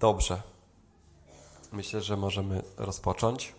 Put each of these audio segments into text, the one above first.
Dobrze. Myślę, że możemy rozpocząć.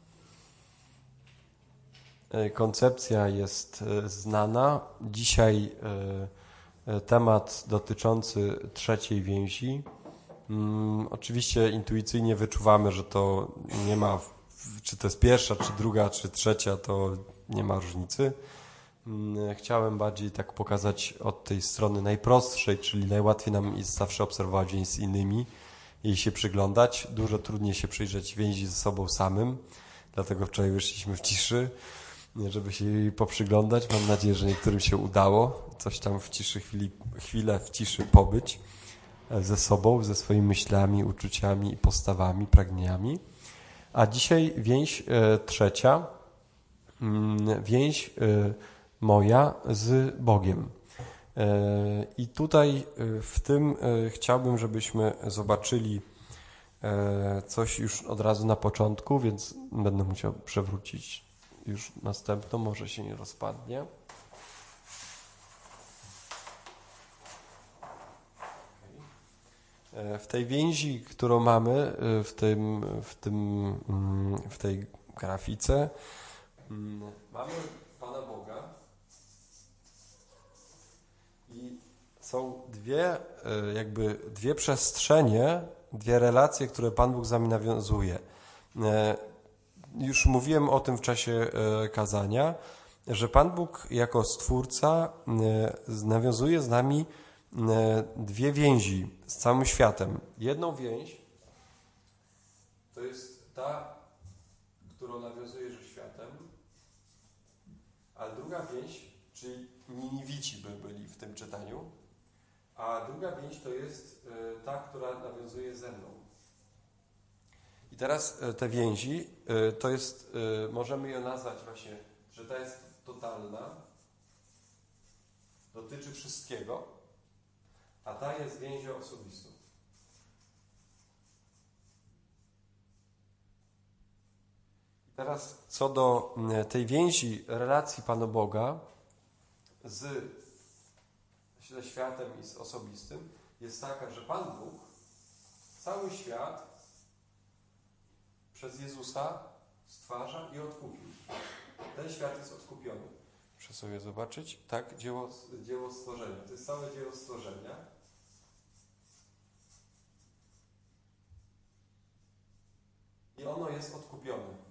Koncepcja jest znana. Dzisiaj temat dotyczący trzeciej więzi. Oczywiście intuicyjnie wyczuwamy, że to nie ma, czy to jest pierwsza, czy druga, czy trzecia, to nie ma różnicy. Chciałem bardziej tak pokazać od tej strony najprostszej, czyli najłatwiej nam jest zawsze obserwować więź z innymi, jej się przyglądać. Dużo trudniej się przyjrzeć więzi ze sobą samym, dlatego wczoraj wyszliśmy w ciszy, żeby się jej poprzyglądać. Mam nadzieję, że niektórym się udało coś tam w ciszy, chwilę w ciszy pobyć ze sobą, ze swoimi myślami, uczuciami i postawami, pragnieniami. A dzisiaj więź trzecia, więź moja z Bogiem. I tutaj w tym chciałbym, żebyśmy zobaczyli coś już od razu na początku, więc będę musiał przewrócić już następną, może się nie rozpadnie. W tej więzi, którą mamy, w tej grafice, mamy Pana Boga i są dwie przestrzenie, dwie relacje, które Pan Bóg z nami nawiązuje. Już mówiłem o tym w czasie kazania, że Pan Bóg jako Stwórca nawiązuje z nami dwie więzi z całym światem. Jedną więź to jest ta, którą nawiązuje ze światem, a druga więź, czyli Niniwici by byli w tym czytaniu, a druga więź to jest ta, która nawiązuje ze mną. I teraz te więzi, to jest, możemy ją nazwać właśnie, że ta jest totalna, dotyczy wszystkiego, a ta jest więzią osobistą. Teraz co do tej więzi relacji Pana Boga ze światem i z osobistym, jest taka, że Pan Bóg cały świat przez Jezusa stwarza i odkupił. Ten świat jest odkupiony. Muszę sobie zobaczyć. Tak, dzieło stworzenia. To jest całe dzieło stworzenia. I ono jest odkupione.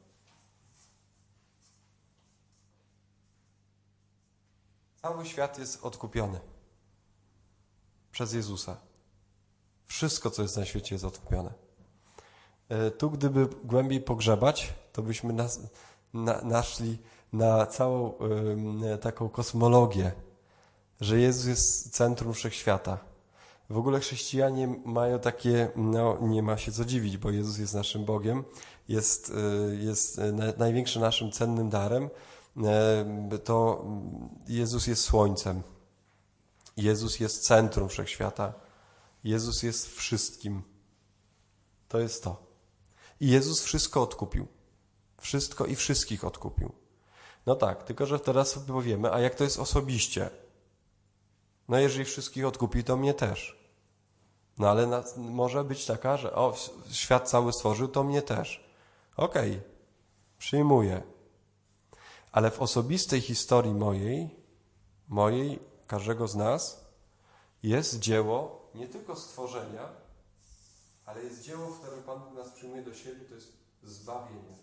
Cały świat jest odkupiony przez Jezusa. Wszystko, co jest na świecie, jest odkupione. Tu, gdyby głębiej pogrzebać, to byśmy naszli na całą taką kosmologię, że Jezus jest centrum wszechświata. W ogóle chrześcijanie mają takie, nie ma się co dziwić, bo Jezus jest naszym Bogiem, jest największym naszym cennym darem, to Jezus jest słońcem. Jezus jest centrum wszechświata. Jezus jest wszystkim. To jest to. I Jezus wszystko odkupił. Wszystko i wszystkich odkupił. No tak, tylko że teraz sobie powiemy, a jak to jest osobiście? No jeżeli wszystkich odkupił, to mnie też. No ale może być taka, że świat cały stworzył, to mnie też. Okej, przyjmuję. Ale w osobistej historii mojej, każdego z nas, jest dzieło nie tylko stworzenia, ale jest dzieło, w którym Pan Bóg nas przyjmuje do siebie, to jest zbawienie.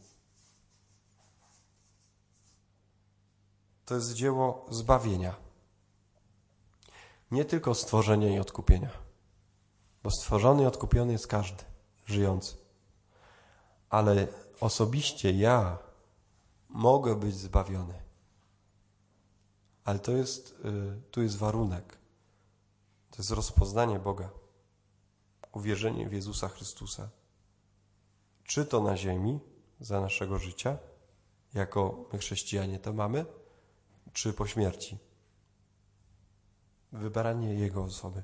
To jest dzieło zbawienia. Nie tylko stworzenia i odkupienia. Bo stworzony i odkupiony jest każdy żyjący. Ale osobiście ja mogę być zbawiony. Ale tu jest warunek. To jest rozpoznanie Boga. Uwierzenie w Jezusa Chrystusa. Czy to na ziemi, za naszego życia, jako my chrześcijanie to mamy, czy po śmierci. Wybranie Jego osoby.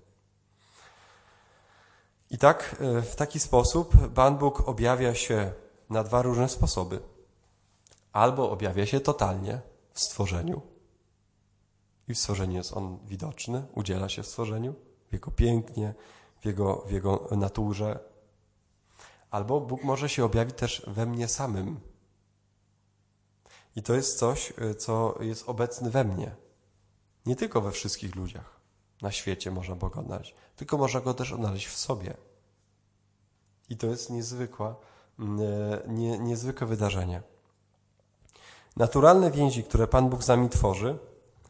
I tak, w taki sposób Pan Bóg objawia się na dwa różne sposoby. Albo objawia się totalnie w stworzeniu. I w stworzeniu jest On widoczny, udziela się w stworzeniu, w Jego pięknie, w Jego naturze, Albo Bóg może się objawić też we mnie samym. I to jest coś, co jest obecne we mnie. Nie tylko we wszystkich ludziach na świecie można Boga odnaleźć, tylko można Go też odnaleźć w sobie. I to jest niezwykłe wydarzenie. Naturalne więzi, które Pan Bóg z nami tworzy,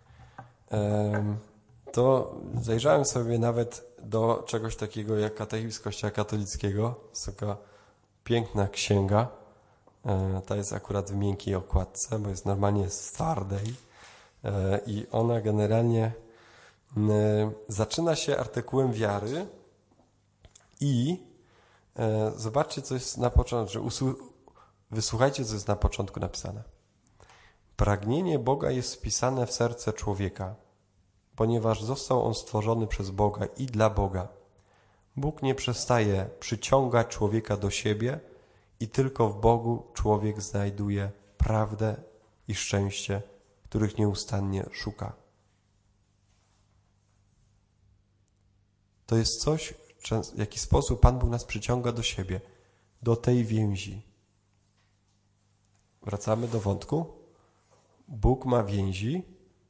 to zajrzałem sobie nawet do czegoś takiego jak Katechizm Kościoła Katolickiego. Jest taka piękna księga. Ta jest akurat w miękkiej okładce, bo normalnie jest w twardej. I ona generalnie zaczyna się artykułem wiary i zobaczcie, co jest na początku. Wysłuchajcie, co jest na początku napisane. Pragnienie Boga jest wpisane w serce człowieka, ponieważ został on stworzony przez Boga i dla Boga. Bóg nie przestaje przyciągać człowieka do siebie i tylko w Bogu człowiek znajduje prawdę i szczęście, których nieustannie szuka. To jest coś, w jaki sposób Pan Bóg nas przyciąga do siebie, do tej więzi. Wracamy do wątku. Bóg ma więzi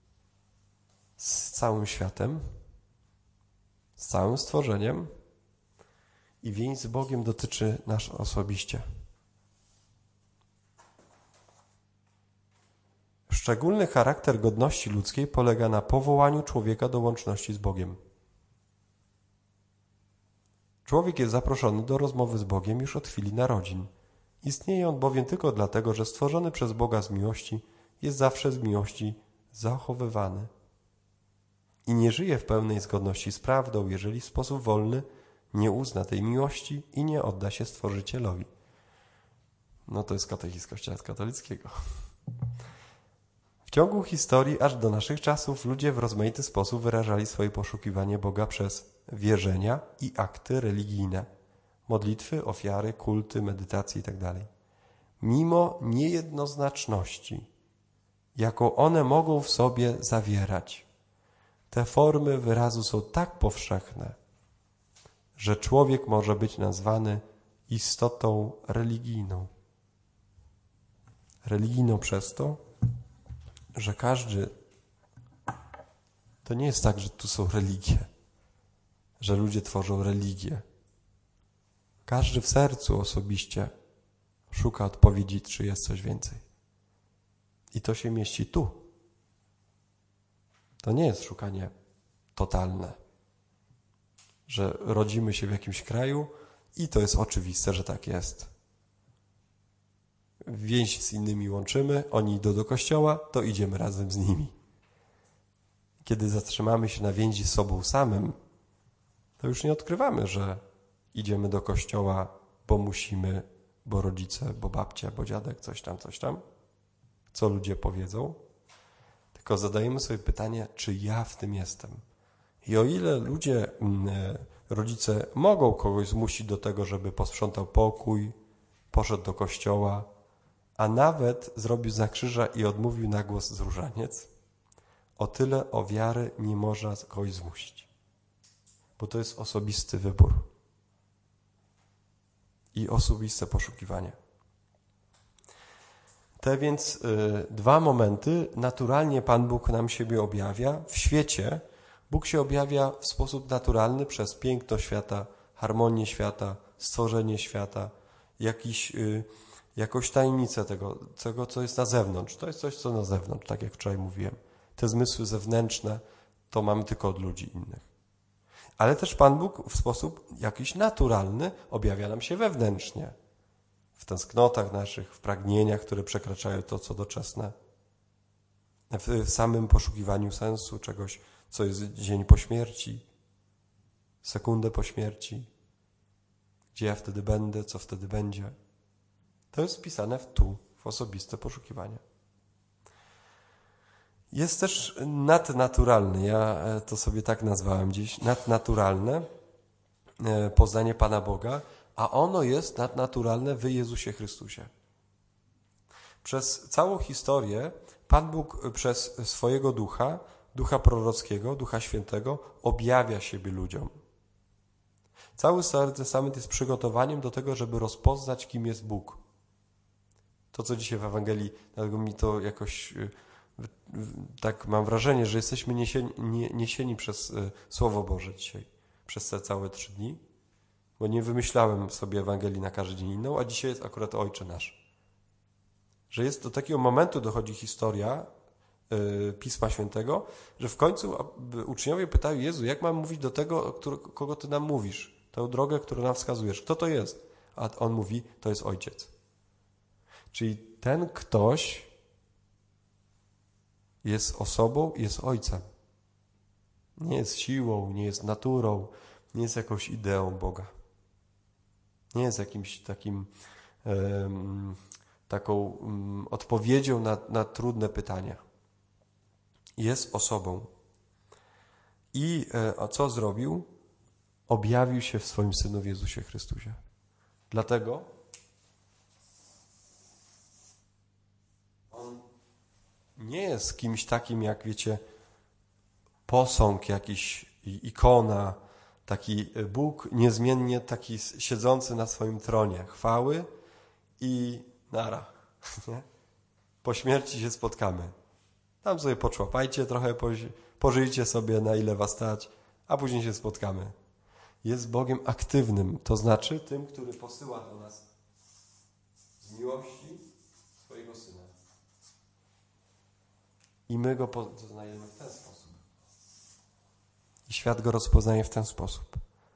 z całym światem, z całym stworzeniem i więź z Bogiem dotyczy nas osobiście. Szczególny charakter godności ludzkiej polega na powołaniu człowieka do łączności z Bogiem. Człowiek jest zaproszony do rozmowy z Bogiem już od chwili narodzin. Istnieje on bowiem tylko dlatego, że stworzony przez Boga z miłości jest zawsze z miłości zachowywany. I nie żyje w pełnej zgodności z prawdą, jeżeli w sposób wolny nie uzna tej miłości i nie odda się Stworzycielowi. No to jest Katechizm Kościoła Katolickiego. W ciągu historii aż do naszych czasów ludzie w rozmaity sposób wyrażali swoje poszukiwanie Boga przez wierzenia i akty religijne, modlitwy, ofiary, kulty, medytacje itd. Mimo niejednoznaczności, jaką one mogą w sobie zawierać, te formy wyrazu są tak powszechne, że człowiek może być nazwany istotą religijną. Religijną przez to, że każdy... To nie jest tak, że tu są religie, że ludzie tworzą religię. Każdy w sercu osobiście szuka odpowiedzi, czy jest coś więcej. I to się mieści tu. To nie jest szukanie totalne, że rodzimy się w jakimś kraju i to jest oczywiste, że tak jest. Więź z innymi łączymy, oni idą do kościoła, to idziemy razem z nimi. Kiedy zatrzymamy się na więzi z sobą samym, to już nie odkrywamy, że idziemy do kościoła, bo musimy, bo rodzice, bo babcia, bo dziadek, coś tam, co ludzie powiedzą. Tylko zadajemy sobie pytanie, czy ja w tym jestem. I o ile rodzice mogą kogoś zmusić do tego, żeby posprzątał pokój, poszedł do kościoła, a nawet zrobił znak krzyża i odmówił na głos z różaniec, o tyle o wiarę nie można kogoś zmusić. Bo to jest osobisty wybór i osobiste poszukiwanie. Te więc dwa momenty naturalnie Pan Bóg nam siebie objawia. W świecie Bóg się objawia w sposób naturalny przez piękno świata, harmonię świata, stworzenie świata, jakąś tajemnicę tego, co jest na zewnątrz. To jest coś, co na zewnątrz, tak jak wczoraj mówiłem. Te zmysły zewnętrzne to mamy tylko od ludzi innych. Ale też Pan Bóg w sposób jakiś naturalny objawia nam się wewnętrznie. W tęsknotach naszych, w pragnieniach, które przekraczają to, co doczesne. W samym poszukiwaniu sensu czegoś, co jest dzień po śmierci, sekundę po śmierci. Gdzie ja wtedy będę, co wtedy będzie. To jest wpisane w osobiste poszukiwanie. Jest też nadnaturalny, ja to sobie tak nazwałem dziś, nadnaturalne poznanie Pana Boga, a ono jest nadnaturalne w Jezusie Chrystusie. Przez całą historię Pan Bóg przez swojego Ducha Prorockiego, Ducha Świętego objawia siebie ludziom. Cały Stary Testament jest przygotowaniem do tego, żeby rozpoznać, kim jest Bóg. To, co dzisiaj w Ewangelii, dlatego mi to jakoś tak mam wrażenie, że jesteśmy niesieni przez Słowo Boże dzisiaj, przez te całe 3 dni, bo nie wymyślałem sobie Ewangelii na każdy dzień inną, a dzisiaj jest akurat Ojcze Nasz. Że jest do takiego momentu dochodzi historia Pisma Świętego, że w końcu uczniowie pytają: Jezu, jak mam mówić do tego, kogo Ty nam mówisz? Tę drogę, którą nam wskazujesz. Kto to jest? A On mówi: to jest Ojciec. Czyli ten ktoś jest osobą, jest Ojcem. Nie jest siłą, nie jest naturą, nie jest jakąś ideą Boga. Nie jest jakimś taką odpowiedzią na trudne pytania. Jest osobą. I co zrobił? Objawił się w swoim Synu w Jezusie Chrystusie. Dlatego On nie jest kimś takim, jak wiecie, posąg jakiś, ikona, taki Bóg niezmiennie taki siedzący na swoim tronie chwały i nara. Nie? Po śmierci się spotkamy. Tam sobie poczłapajcie trochę, pożyjcie sobie, na ile was stać, a później się spotkamy. Jest Bogiem aktywnym, to znaczy tym, który posyła do nas z miłości swojego Syna. I my go poznajemy w ten sposób. I świat go rozpoznaje w ten sposób.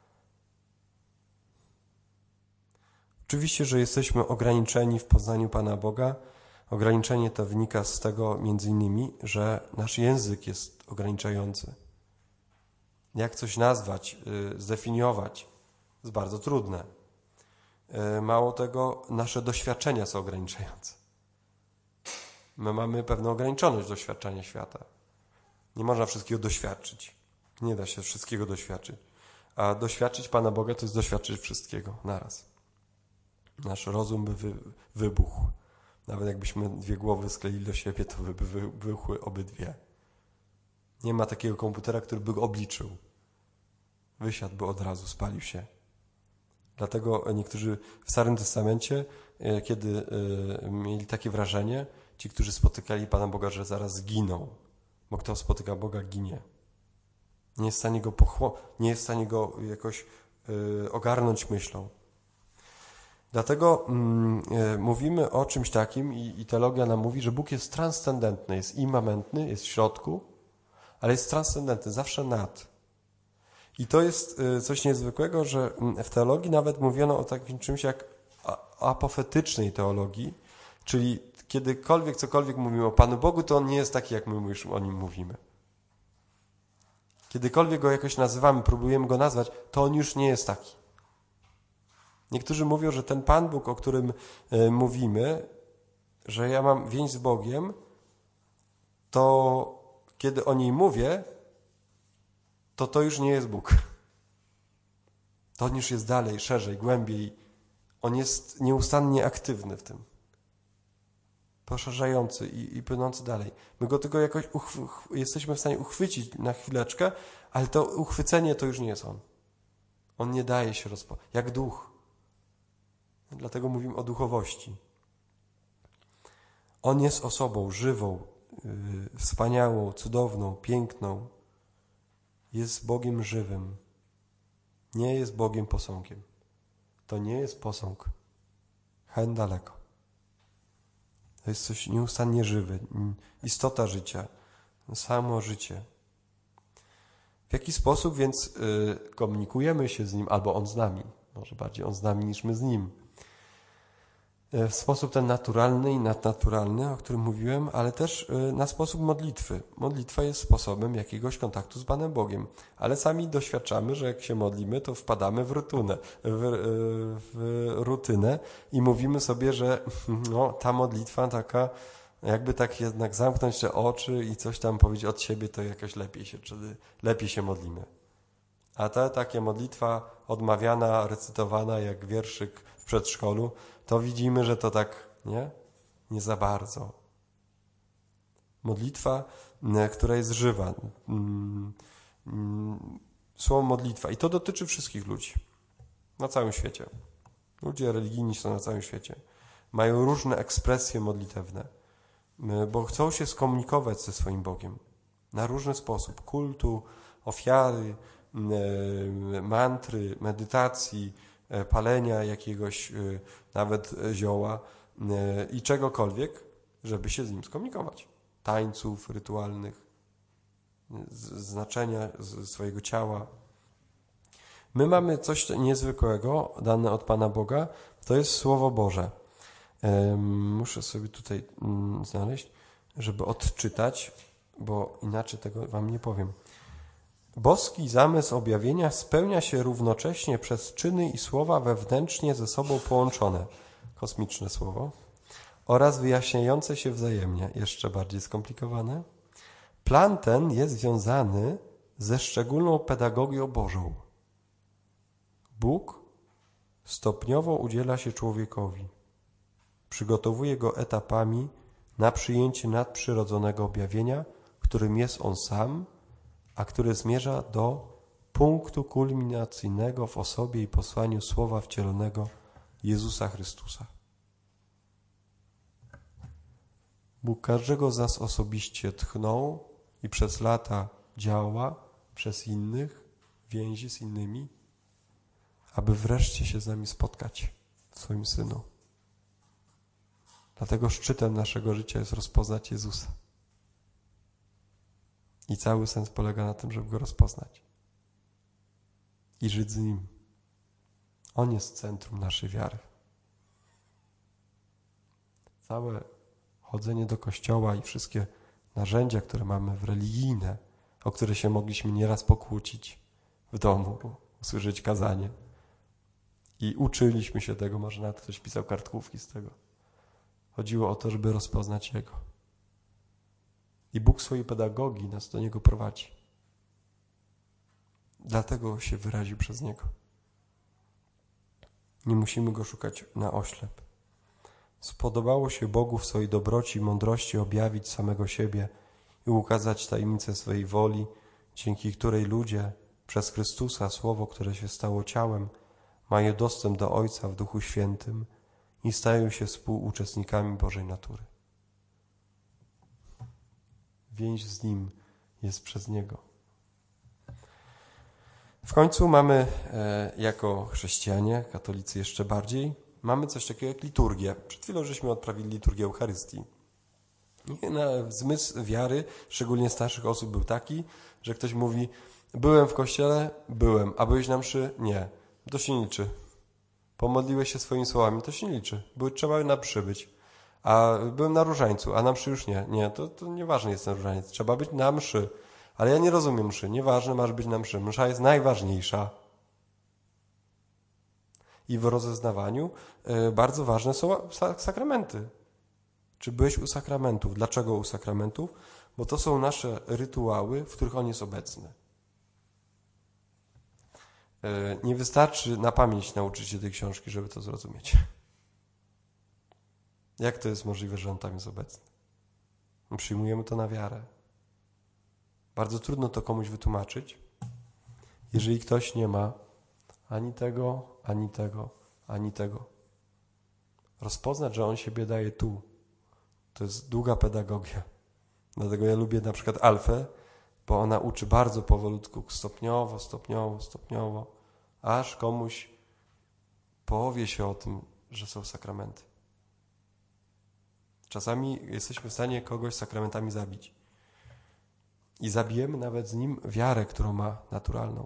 Oczywiście, że jesteśmy ograniczeni w poznaniu Pana Boga. Ograniczenie to wynika z tego między innymi, że nasz język jest ograniczający. Jak coś nazwać, zdefiniować, jest bardzo trudne. Mało tego, nasze doświadczenia są ograniczające. My mamy pewną ograniczoność doświadczenia świata. Nie można wszystkiego doświadczyć. Nie da się wszystkiego doświadczyć. A doświadczyć Pana Boga to jest doświadczyć wszystkiego naraz. Nasz rozum by wybuchł. Nawet jakbyśmy 2 głowy skleili do siebie, to by wybuchły obydwie. Nie ma takiego komputera, który by go obliczył. Wysiadłby od razu, spalił się. Dlatego niektórzy w Starym Testamencie, kiedy mieli takie wrażenie, ci, którzy spotykali Pana Boga, że zaraz zginą, bo kto spotyka Boga, ginie. Nie jest w stanie go jakoś ogarnąć myślą. Dlatego mówimy o czymś takim i teologia nam mówi, że Bóg jest transcendentny, jest immanentny, jest w środku, ale jest transcendentny, zawsze nad. I to jest coś niezwykłego, że w teologii nawet mówiono o takim czymś jak apofetycznej teologii, czyli kiedykolwiek, cokolwiek mówimy o Panu Bogu, to On nie jest taki, jak my już o Nim mówimy. Kiedykolwiek Go jakoś nazywamy, próbujemy Go nazwać, to On już nie jest taki. Niektórzy mówią, że ten Pan Bóg, o którym mówimy, że ja mam więź z Bogiem, to kiedy o niej mówię, to już nie jest Bóg. To On już jest dalej, szerzej, głębiej. On jest nieustannie aktywny w tym. Poszerzający i płynący dalej. My go tylko jakoś jesteśmy w stanie uchwycić na chwileczkę, ale to uchwycenie to już nie jest On. On nie daje się jak duch. Dlatego mówimy o duchowości. On jest osobą żywą, wspaniałą, cudowną, piękną. Jest Bogiem żywym. Nie jest Bogiem posągiem. To nie jest posąg. Hen daleko. To jest coś nieustannie żywe. Istota życia. Samo życie. W jaki sposób więc komunikujemy się z Nim, albo On z nami? Może bardziej On z nami niż my z Nim. W sposób ten naturalny i nadnaturalny, o którym mówiłem, ale też na sposób modlitwy. Modlitwa jest sposobem jakiegoś kontaktu z Panem Bogiem, ale sami doświadczamy, że jak się modlimy, to wpadamy w rutynę i mówimy sobie, że no, ta modlitwa taka, jakby tak jednak zamknąć te oczy i coś tam powiedzieć od siebie, to jakoś lepiej się modlimy. A taka modlitwa odmawiana, recytowana jak wierszyk w przedszkolu, to widzimy, że to tak nie za bardzo. Modlitwa, która jest żywa. Słowo modlitwa. I to dotyczy wszystkich ludzi. na całym świecie. Ludzie religijni są na całym świecie. Mają różne ekspresje modlitewne, bo chcą się skomunikować ze swoim Bogiem na różny sposób. Kultu, ofiary, mantry, medytacji, palenia jakiegoś nawet zioła i czegokolwiek, żeby się z nim skomunikować. Tańców rytualnych, znaczenia swojego ciała. My mamy coś niezwykłego, dane od Pana Boga, to jest Słowo Boże. Muszę sobie tutaj znaleźć, żeby odczytać, bo inaczej tego wam nie powiem. Boski zamysł objawienia spełnia się równocześnie przez czyny i słowa wewnętrznie ze sobą połączone. Kosmiczne słowo. Oraz wyjaśniające się wzajemnie, jeszcze bardziej skomplikowane. Plan ten jest związany ze szczególną pedagogią Bożą. Bóg stopniowo udziela się człowiekowi. Przygotowuje go etapami na przyjęcie nadprzyrodzonego objawienia, którym jest on sam, a które zmierza do punktu kulminacyjnego w osobie i posłaniu Słowa wcielonego Jezusa Chrystusa. Bóg każdego z nas osobiście tchnął i przez lata działa przez innych, więzi z innymi, aby wreszcie się z nami spotkać w swoim Synu. Dlatego szczytem naszego życia jest rozpoznać Jezusa. I cały sens polega na tym, żeby Go rozpoznać. I żyć z Nim. On jest centrum naszej wiary. Całe chodzenie do kościoła i wszystkie narzędzia, które mamy religijne, o które się mogliśmy nieraz pokłócić w domu, usłyszeć kazanie. I uczyliśmy się tego, może nawet ktoś pisał kartkówki z tego. Chodziło o to, żeby rozpoznać Jego. I Bóg swojej pedagogii nas do Niego prowadzi. Dlatego się wyraził przez Niego. Nie musimy Go szukać na oślep. Spodobało się Bogu w swojej dobroci i mądrości objawić samego siebie i ukazać tajemnicę swojej woli, dzięki której ludzie przez Chrystusa, Słowo, które się stało ciałem, mają dostęp do Ojca w Duchu Świętym i stają się współuczestnikami Bożej natury. Więź z Nim jest przez Niego. W końcu mamy, jako chrześcijanie, katolicy jeszcze bardziej, mamy coś takiego jak liturgię. Przed chwilą żeśmy odprawili liturgię Eucharystii. I zmysł wiary, szczególnie starszych osób, był taki, że ktoś mówi: byłem w kościele? Byłem. A byłeś na mszy? Nie. To się nie liczy. Pomodliłeś się swoimi słowami? To się nie liczy. Trzeba na mszy być. A byłem na różańcu, a na mszy już nie. Nie, to nieważne jest ten różaniec. Trzeba być na mszy. Ale ja nie rozumiem mszy. Nieważne, masz być na mszy. Msza jest najważniejsza. I w rozeznawaniu bardzo ważne są sakramenty. Czy byłeś u sakramentów? Dlaczego u sakramentów? Bo to są nasze rytuały, w których On jest obecny. Nie wystarczy na pamięć nauczyć się tej książki, żeby to zrozumieć. Jak to jest możliwe, że On tam jest obecny? Przyjmujemy to na wiarę. Bardzo trudno to komuś wytłumaczyć, jeżeli ktoś nie ma ani tego, ani tego, ani tego. Rozpoznać, że On siebie daje tu. To jest długa pedagogia. Dlatego ja lubię na przykład Alfę, bo ona uczy bardzo powolutku, stopniowo, aż komuś powie się o tym, że są sakramenty. Czasami jesteśmy w stanie kogoś sakramentami zabić. I zabijemy nawet z nim wiarę, którą ma naturalną.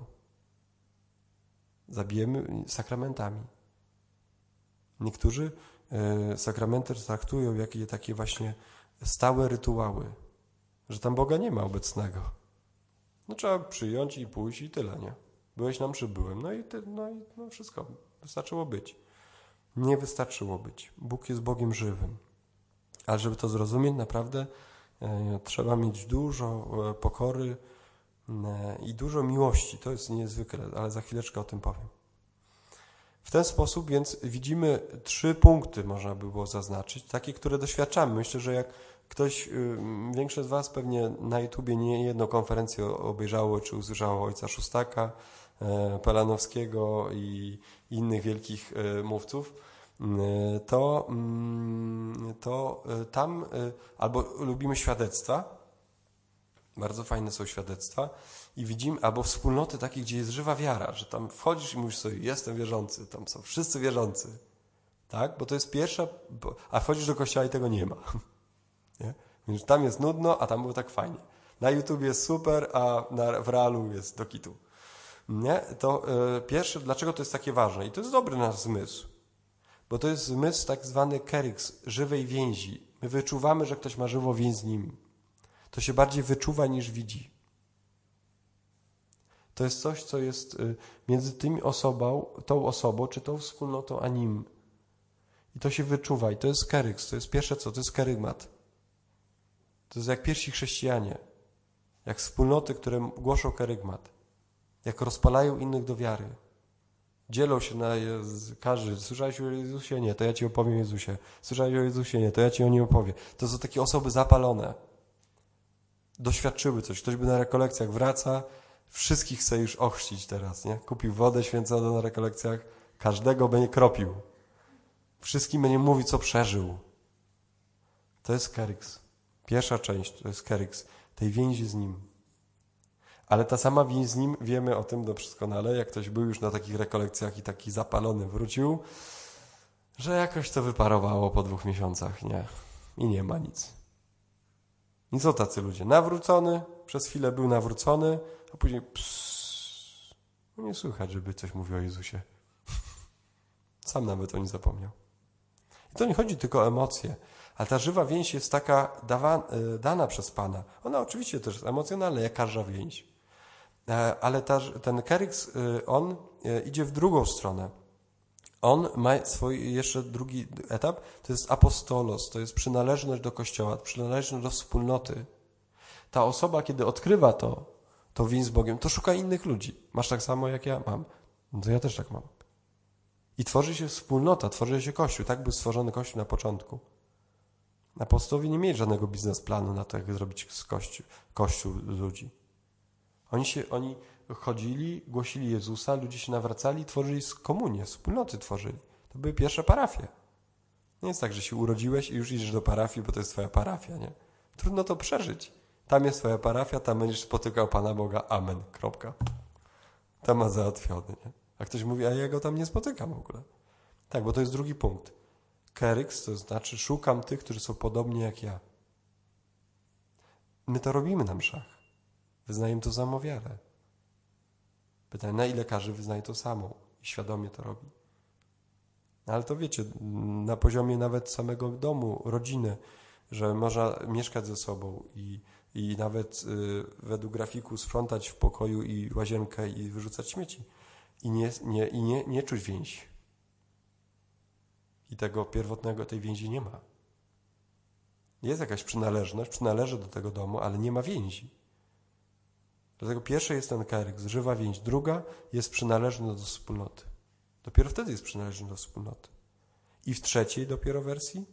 Zabijemy sakramentami. Niektórzy sakramenty traktują jak takie właśnie stałe rytuały, że tam Boga nie ma obecnego. No trzeba przyjąć i pójść i tyle, nie? Byłeś na mszy? Byłem. No wszystko. Wystarczyło być. Nie wystarczyło być. Bóg jest Bogiem żywym. Ale żeby to zrozumieć, naprawdę trzeba mieć dużo pokory i dużo miłości. To jest niezwykle, ale za chwileczkę o tym powiem. W ten sposób więc widzimy 3 punkty, można by było zaznaczyć, takie, które doświadczamy. Myślę, że jak ktoś, większość z was pewnie na YouTubie nie jedną konferencję obejrzało, czy usłyszało ojca Szóstaka, Pelanowskiego i innych wielkich mówców, to tam albo lubimy świadectwa, bardzo fajne są świadectwa i widzimy, albo wspólnoty takie, gdzie jest żywa wiara, że tam wchodzisz i mówisz sobie, jestem wierzący, tam są wszyscy wierzący, tak? Bo to jest pierwsza, a wchodzisz do kościoła i tego nie ma. Nie? Więc tam jest nudno, a tam było tak fajnie. Na YouTube jest super, a w realu jest do kitu. Nie? To pierwsze, dlaczego to jest takie ważne? I to jest dobry nasz zmysł. Bo to jest zmysł tak zwany kerygz, żywej więzi. My wyczuwamy, że ktoś ma żywą więź z nim. To się bardziej wyczuwa niż widzi. To jest coś, co jest między tą osobą, czy tą wspólnotą, a nim. I to się wyczuwa. I to jest kerygz. To jest pierwsze co? To jest kerygmat. To jest jak pierwsi chrześcijanie. Jak wspólnoty, które głoszą kerygmat. Jak rozpalają innych do wiary. Dzielą się na każdy. Słyszałeś o Jezusie? Nie, to ja ci opowiem o Jezusie. Słyszałeś o Jezusie? Nie, to ja ci o nim opowiem. To są takie osoby zapalone. Doświadczyły coś. Ktoś by na rekolekcjach wraca, wszystkich chce już ochrzcić teraz, nie? Kupił wodę święconą na rekolekcjach, każdego będzie kropił. Wszystkim będzie mówił, co przeżył. To jest kerygz. Pierwsza część to jest kerygz. Tej więzi z nim. Ale ta sama więź z nim, wiemy o tym doskonale, jak ktoś był już na takich rekolekcjach i taki zapalony wrócił, że jakoś to wyparowało po 2 miesiącach, nie? I nie ma nic. I są tacy ludzie. Nawrócony, przez chwilę był nawrócony, a później no nie słychać, żeby coś mówił o Jezusie. Sam nawet o nim zapomniał. I to nie chodzi tylko o emocje, ale ta żywa więź jest taka dana przez Pana. Ona oczywiście też jest emocjonalna, jak każda więź. Ale ten kerygz, on idzie w drugą stronę. On ma swój jeszcze drugi etap, to jest apostolos, to jest przynależność do Kościoła, przynależność do wspólnoty. Ta osoba, kiedy odkrywa to więź z Bogiem, to szuka innych ludzi. Masz tak samo, jak ja mam. No to ja też tak mam. I tworzy się wspólnota, tworzy się Kościół. Tak był stworzony Kościół na początku. Apostołowie nie mieli żadnego biznesplanu na to, jak zrobić z Kościół ludzi. Oni chodzili, głosili Jezusa, ludzie się nawracali, tworzyli komunię, wspólnoty tworzyli. To były pierwsze parafie. Nie jest tak, że się urodziłeś i już idziesz do parafii, bo to jest twoja parafia, nie? Trudno to przeżyć. Tam jest twoja parafia, tam będziesz spotykał Pana Boga. Amen. Kropka. Tam ma załatwiony, nie? A ktoś mówi, a ja go tam nie spotykam w ogóle. Tak, bo to jest drugi punkt. Kerygz, to znaczy szukam tych, którzy są podobni jak ja. My to robimy na mszach. Wyznajemy to samą wiarę. Pytanie, na ile każdy wyznaje to samą i świadomie to robi. Ale to wiecie, na poziomie nawet samego domu, rodziny, że można mieszkać ze sobą i nawet według grafiku sprzątać w pokoju i łazienkę i wyrzucać śmieci. I nie czuć więzi. I tego pierwotnego, tej więzi nie ma. Jest jakaś przynależność, przynależy do tego domu, ale nie ma więzi. Dlatego pierwsze jest ten kerygz, żywa więź. Druga jest przynależność do wspólnoty. Dopiero wtedy jest przynależność do wspólnoty. I w trzeciej dopiero wersji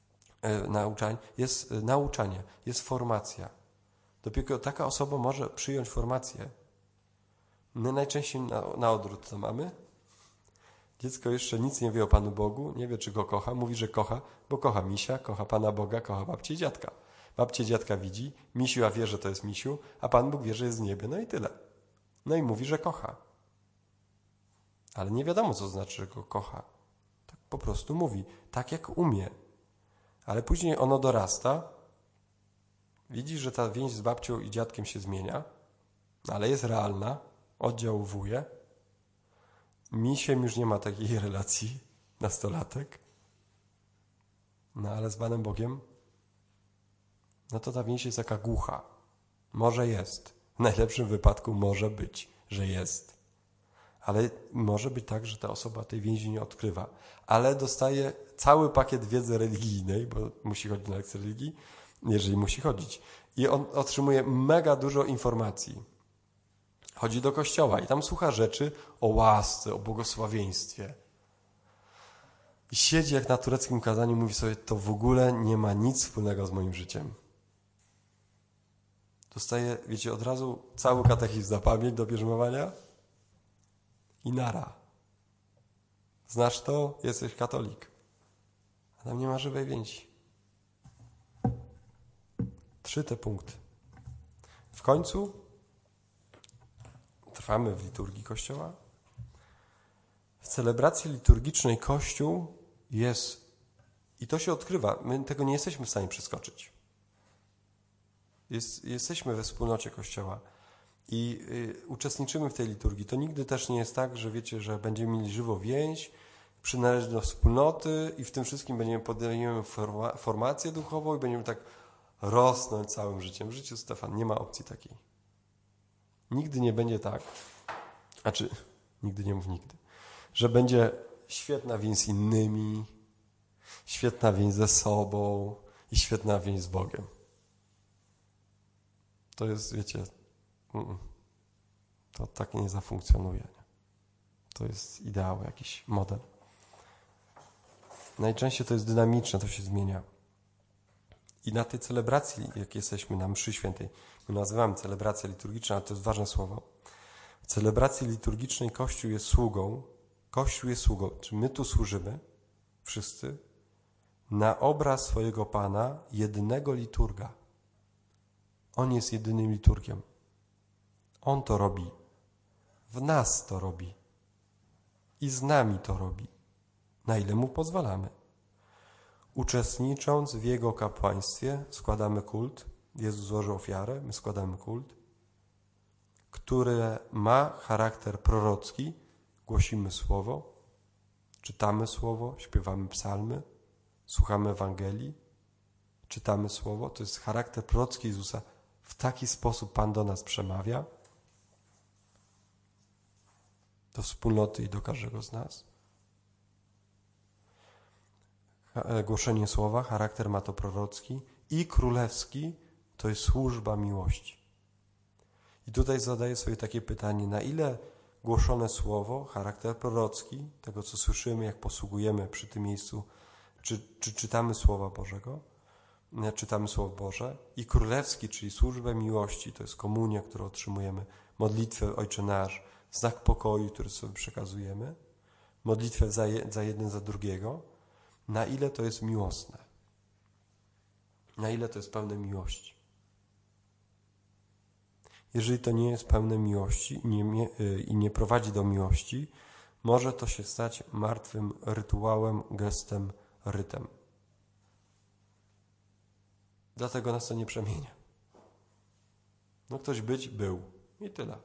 jest nauczanie, jest formacja. Dopiero taka osoba może przyjąć formację. My najczęściej na odwrót to mamy. Dziecko jeszcze nic nie wie o Panu Bogu, nie wie, czy Go kocha. Mówi, że kocha, bo kocha misia, kocha Pana Boga, kocha babcię i dziadka. Babcię dziadka widzi, misiu wie, że to jest misiu, a Pan Bóg wie, że jest w niebie. No i tyle. No i mówi, że kocha. Ale nie wiadomo, co znaczy, że Go kocha. Tak po prostu mówi, tak jak umie. Ale później ono dorasta, widzi, że ta więź z babcią i dziadkiem się zmienia, ale jest realna, oddziałuje. Misiem już nie ma takiej relacji, nastolatek. No ale z Panem Bogiem, no to ta więź jest jaka głucha. Może jest. W najlepszym wypadku może być, że jest. Ale może być tak, że ta osoba tej więzi nie odkrywa. Ale dostaje cały pakiet wiedzy religijnej, bo musi chodzić na lekcję religii, jeżeli musi chodzić. I on otrzymuje mega dużo informacji. Chodzi do kościoła i tam słucha rzeczy o łasce, o błogosławieństwie. I siedzi jak na tureckim kazaniu, mówi sobie, to w ogóle nie ma nic wspólnego z moim życiem. Dostaje, wiecie, od razu cały katechizm na pamięć do bierzmowania. i nara. Znasz to? Jesteś katolik. A tam nie ma żywej więzi. 3 te punkty. W końcu trwamy w liturgii Kościoła. W celebracji liturgicznej Kościół jest, i to się odkrywa, my tego nie jesteśmy w stanie przeskoczyć. Jesteśmy we wspólnocie Kościoła i uczestniczymy w tej liturgii. To nigdy też nie jest tak, że wiecie, że będziemy mieli żywą więź, przynależeć do wspólnoty i w tym wszystkim podejmiemy formację duchową i będziemy tak rosnąć całym życiem. W życiu, Stefan, nie ma opcji takiej. Nigdy nie będzie tak, nigdy nie mów nigdy, że będzie świetna więź z innymi, świetna więź ze sobą i świetna więź z Bogiem. To jest, wiecie, to tak nie zafunkcjonuje. Nie? To jest ideał, jakiś model. Najczęściej to jest dynamiczne, to się zmienia. I na tej celebracji, jak jesteśmy na mszy świętej, my nazywamy celebracja liturgiczna, ale to jest ważne słowo. W celebracji liturgicznej Kościół jest sługą. Kościół jest sługą. Czy my tu służymy? Wszyscy? Na obraz swojego Pana, jedynego liturga. On jest jedynym liturgiem. On to robi. W nas to robi. I z nami to robi. Na ile mu pozwalamy. Uczestnicząc w Jego kapłaństwie składamy kult. Jezus złożył ofiarę, my składamy kult, który ma charakter prorocki. Głosimy słowo, czytamy słowo, śpiewamy psalmy, słuchamy Ewangelii, czytamy słowo. To jest charakter prorocki Jezusa. W taki sposób Pan do nas przemawia, do wspólnoty i do każdego z nas. Głoszenie słowa, charakter ma to prorocki i królewski, to jest służba miłości. I tutaj zadaję sobie takie pytanie, na ile głoszone słowo, charakter prorocki, tego co słyszymy, jak posługujemy przy tym miejscu, czy czytamy Słowa Bożego, czytamy Słowo Boże, i królewski, czyli służbę miłości, to jest komunia, którą otrzymujemy, modlitwę Ojcze Nasz, znak pokoju, który sobie przekazujemy, modlitwę za jeden, za drugiego, na ile to jest miłosne, na ile to jest pełne miłości. Jeżeli to nie jest pełne miłości i nie prowadzi do miłości, może to się stać martwym rytuałem, gestem, rytem. Dlatego nas to nie przemienia. No ktoś był i tyle.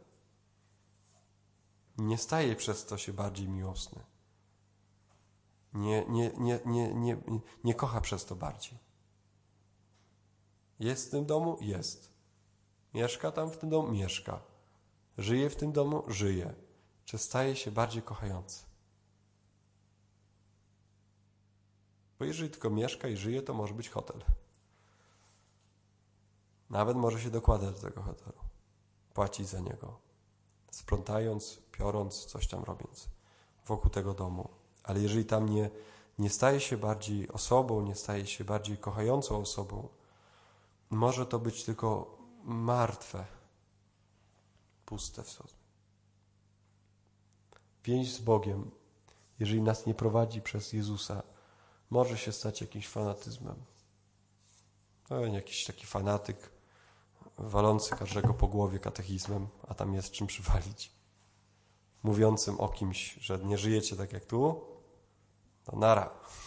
Nie staje przez to się bardziej miłosny. Nie kocha przez to bardziej. Jest w tym domu? Jest. Mieszka tam w tym domu? Mieszka. Żyje w tym domu? Żyje. Czy staje się bardziej kochający? Bo jeżeli tylko mieszka i żyje, to może być hotel. Nawet może się dokładać do tego hotelu. Płacić za niego. Sprzątając, piorąc, coś tam robiąc wokół tego domu. Ale jeżeli tam nie staje się bardziej osobą, nie staje się bardziej kochającą osobą, może to być tylko martwe, puste w sobie. Więź z Bogiem, jeżeli nas nie prowadzi przez Jezusa, może się stać jakimś fanatyzmem. Jakiś taki fanatyk walący każdego po głowie katechizmem, a tam jest czym przywalić. Mówiącym o kimś, że nie żyjecie tak jak tu, to nara.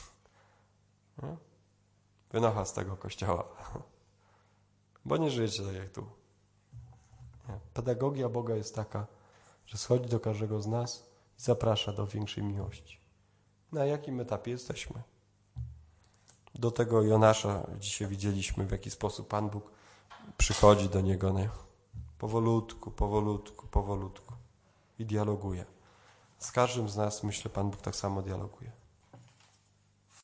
Wynocha z tego kościoła. Bo nie żyjecie tak jak tu. Pedagogia Boga jest taka, że schodzi do każdego z nas i zaprasza do większej miłości. Na jakim etapie jesteśmy? Do tego Jonasza dzisiaj widzieliśmy, w jaki sposób Pan Bóg przychodzi do niego, nie? Powolutku i dialoguje. Z każdym z nas, myślę, Pan Bóg tak samo dialoguje.